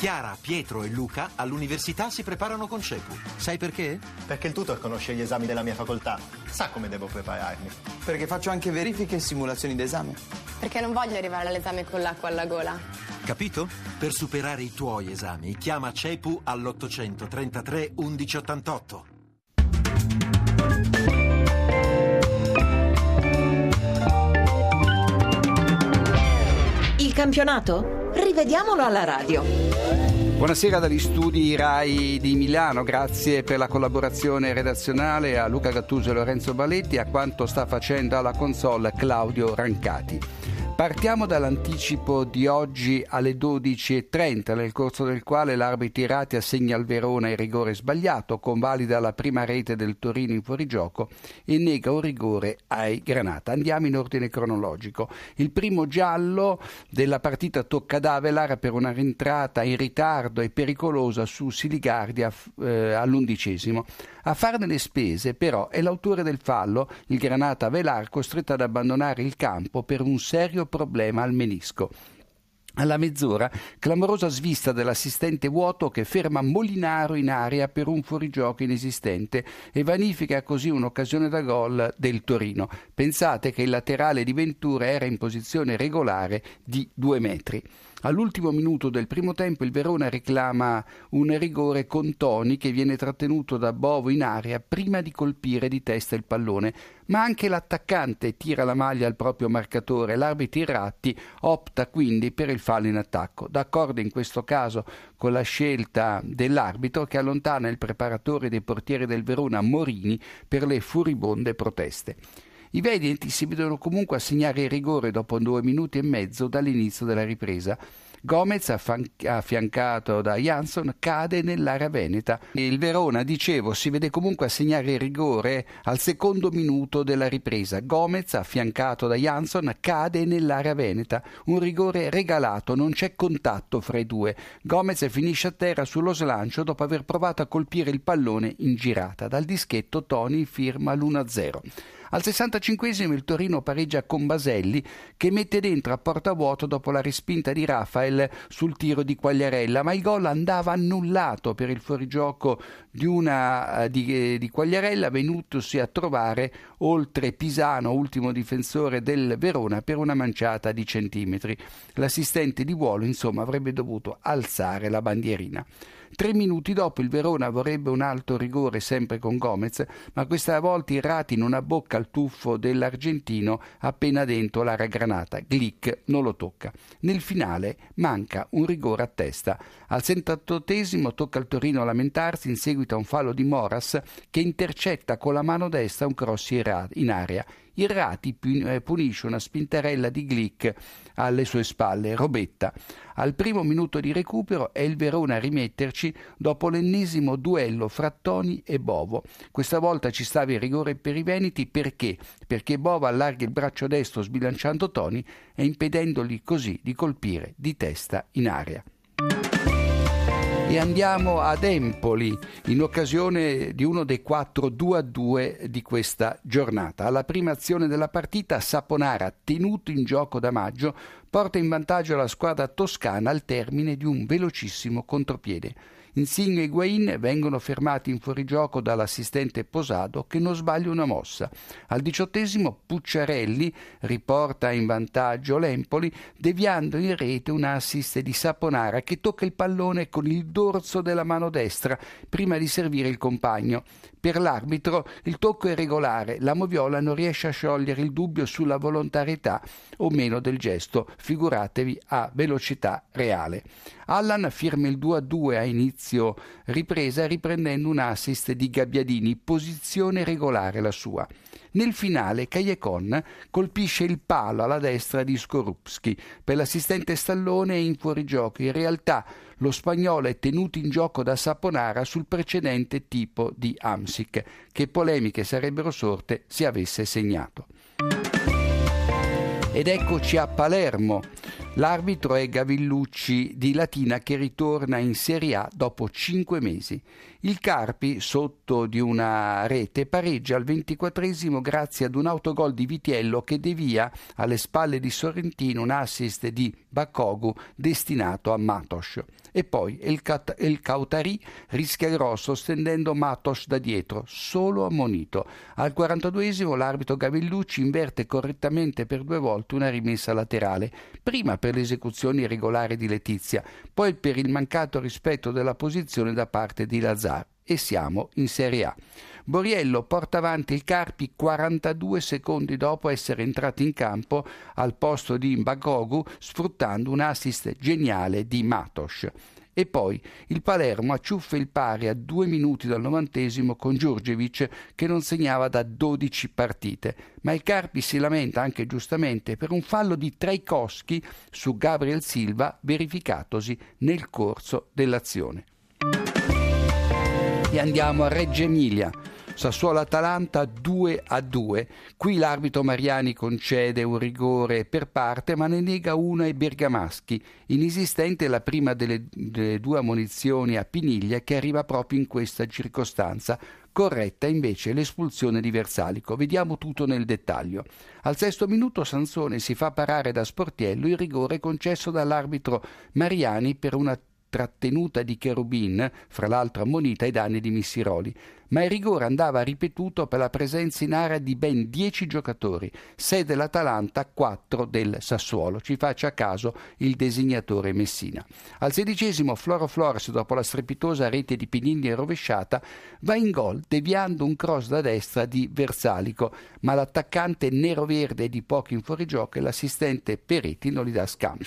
Chiara, Pietro e Luca all'università si preparano con CEPU. Sai perché? Perché il tutor conosce gli esami della mia facoltà. Sa come devo prepararmi. Perché faccio anche verifiche e simulazioni d'esame. Perché non voglio arrivare all'esame con l'acqua alla gola. Capito? Per superare i tuoi esami, chiama CEPU all'833 1188. Il campionato? Rivediamolo alla radio. Buonasera dagli studi RAI di Milano, grazie per la collaborazione redazionale a Luca Gattuso e Lorenzo Baletti e a quanto sta facendo alla console Claudio Rancati. Partiamo dall'anticipo di oggi alle 12:30, nel corso del quale l'arbitro Irrati assegna al Verona il rigore sbagliato, convalida la prima rete del Torino in fuorigioco e nega un rigore ai Granata. Andiamo in ordine cronologico. Il primo giallo della partita tocca ad Avelar per una rientrata in ritardo e pericolosa su Siligardi all'11°. A farne le spese però è l'autore del fallo, il Granata Avelar, costretto ad abbandonare il campo per un serio problema al menisco. Alla mezz'ora, clamorosa svista dell'assistente vuoto che ferma Molinaro in area per un fuorigioco inesistente e vanifica così un'occasione da gol del Torino. Pensate che il laterale di Ventura era in posizione regolare di 2 metri. All'ultimo minuto del primo tempo il Verona reclama un rigore con Toni che viene trattenuto da Bovo in area prima di colpire di testa il pallone, ma anche l'attaccante tira la maglia al proprio marcatore. L'arbitro Irrati opta quindi per il fallo in attacco, d'accordo in questo caso con la scelta dell'arbitro che allontana il preparatore dei portieri del Verona Morini per le furibonde proteste. I Veneti si vedono comunque assegnare il rigore dopo 2 minuti e mezzo dall'inizio della ripresa. Gomez, affiancato da Jansson, cade nell'area veneta. Il Verona, dicevo, si vede comunque assegnare il rigore al secondo minuto della ripresa. Gomez, affiancato da Jansson, cade nell'area veneta. Un rigore regalato, non c'è contatto fra i due. Gomez finisce a terra sullo slancio dopo aver provato a colpire il pallone in girata. Dal dischetto Toni firma l'1-0. Al 65esimo il Torino pareggia con Baselli che mette dentro a porta vuoto dopo la respinta di Rafael sul tiro di Quagliarella, ma il gol andava annullato per il fuorigioco di Quagliarella venutosi a trovare oltre Pisano, ultimo difensore del Verona, per una manciata di centimetri. L'assistente di Vuolo insomma avrebbe dovuto alzare la bandierina. 3 minuti dopo il Verona vorrebbe un alto rigore sempre con Gomez, ma questa volta Irrati non abbocca il tuffo dell'argentino appena dentro l'area Granata. Glick non lo tocca. Nel finale manca un rigore a testa. Al 78esimo tocca al Torino lamentarsi in seguito a un fallo di Moras che intercetta con la mano destra un cross in area. Irrati punisce una spintarella di Glick alle sue spalle. Robetta. Al primo minuto di recupero è il Verona a rimetterci dopo l'ennesimo duello fra Toni e Bovo. Questa volta ci stava il rigore per i veneti perché Bovo allarga il braccio destro sbilanciando Toni e impedendogli così di colpire di testa in area. E andiamo ad Empoli in occasione di uno dei 4 2-2 di questa giornata. Alla prima azione della partita Saponara, tenuto in gioco da Maggio, porta in vantaggio la squadra toscana al termine di un velocissimo contropiede. Insigne e Higuaín vengono fermati in fuorigioco dall'assistente Posado che non sbaglia una mossa. Al 18esimo Pucciarelli riporta in vantaggio l'Empoli deviando in rete un assist di Saponara che tocca il pallone con il dorso della mano destra prima di servire il compagno. Per l'arbitro il tocco è regolare, la Moviola non riesce a sciogliere il dubbio sulla volontarietà o meno del gesto, figuratevi a velocità reale. Allan firma il 2-2 a inizio ripresa riprendendo un assist di Gabbiadini, posizione regolare la sua. Nel finale Callecon colpisce il palo alla destra di Skorupski. Per l'assistente Stallone è in fuorigioco. In realtà lo spagnolo è tenuto in gioco da Saponara sul precedente tipo di Hamsik. Che polemiche sarebbero sorte se avesse segnato. Ed eccoci a Palermo, L'arbitro è Gavillucci di Latina, che ritorna in Serie A dopo 5 mesi. Il Carpi, sotto di una rete, pareggia al 24esimo grazie ad un autogol di Vitiello che devia alle spalle di Sorrentino un assist di Bakogu destinato a Matos. E poi El Kautari rischia grosso stendendo Matos da dietro, solo ammonito. Al 42esimo l'arbitro Gavillucci inverte correttamente per 2 volte una rimessa laterale, prima per l'esecuzione irregolare di Letizia, poi per il mancato rispetto della posizione da parte di Lazar. E siamo in Serie A. Borriello porta avanti il Carpi 42 secondi dopo essere entrato in campo al posto di Bakogu, sfruttando un assist geniale di Matos. E poi il Palermo acciuffa il pari a 2 minuti dal 90esimo con Djurdjevic, che non segnava da 12 partite. Ma il Carpi si lamenta anche giustamente per un fallo di Trajkovskij su Gabriel Silva verificatosi nel corso dell'azione. E andiamo a Reggio Emilia. Sassuolo-Atalanta 2-2. Qui l'arbitro Mariani concede un rigore per parte, ma ne nega una ai bergamaschi. Inesistente la prima delle 2 ammonizioni a Piniglia, che arriva proprio in questa circostanza. Corretta invece l'espulsione di Versalico. Vediamo tutto nel dettaglio. Al 6° minuto Sansone si fa parare da Sportiello il rigore concesso dall'arbitro Mariani per una trattenuta di Cherubin, fra l'altro ammonita ai danni di Missiroli, ma il rigore andava ripetuto per la presenza in area di ben 10 giocatori, 6 dell'Atalanta, 4 del Sassuolo. Ci faccia caso il designatore Messina. Al 16esimo Floro Flores, dopo la strepitosa rete di Piniglia rovesciata, va in gol deviando un cross da destra di Versalico, ma l'attaccante nero-verde è di poco in fuorigioco e l'assistente Peretti non gli dà scampo.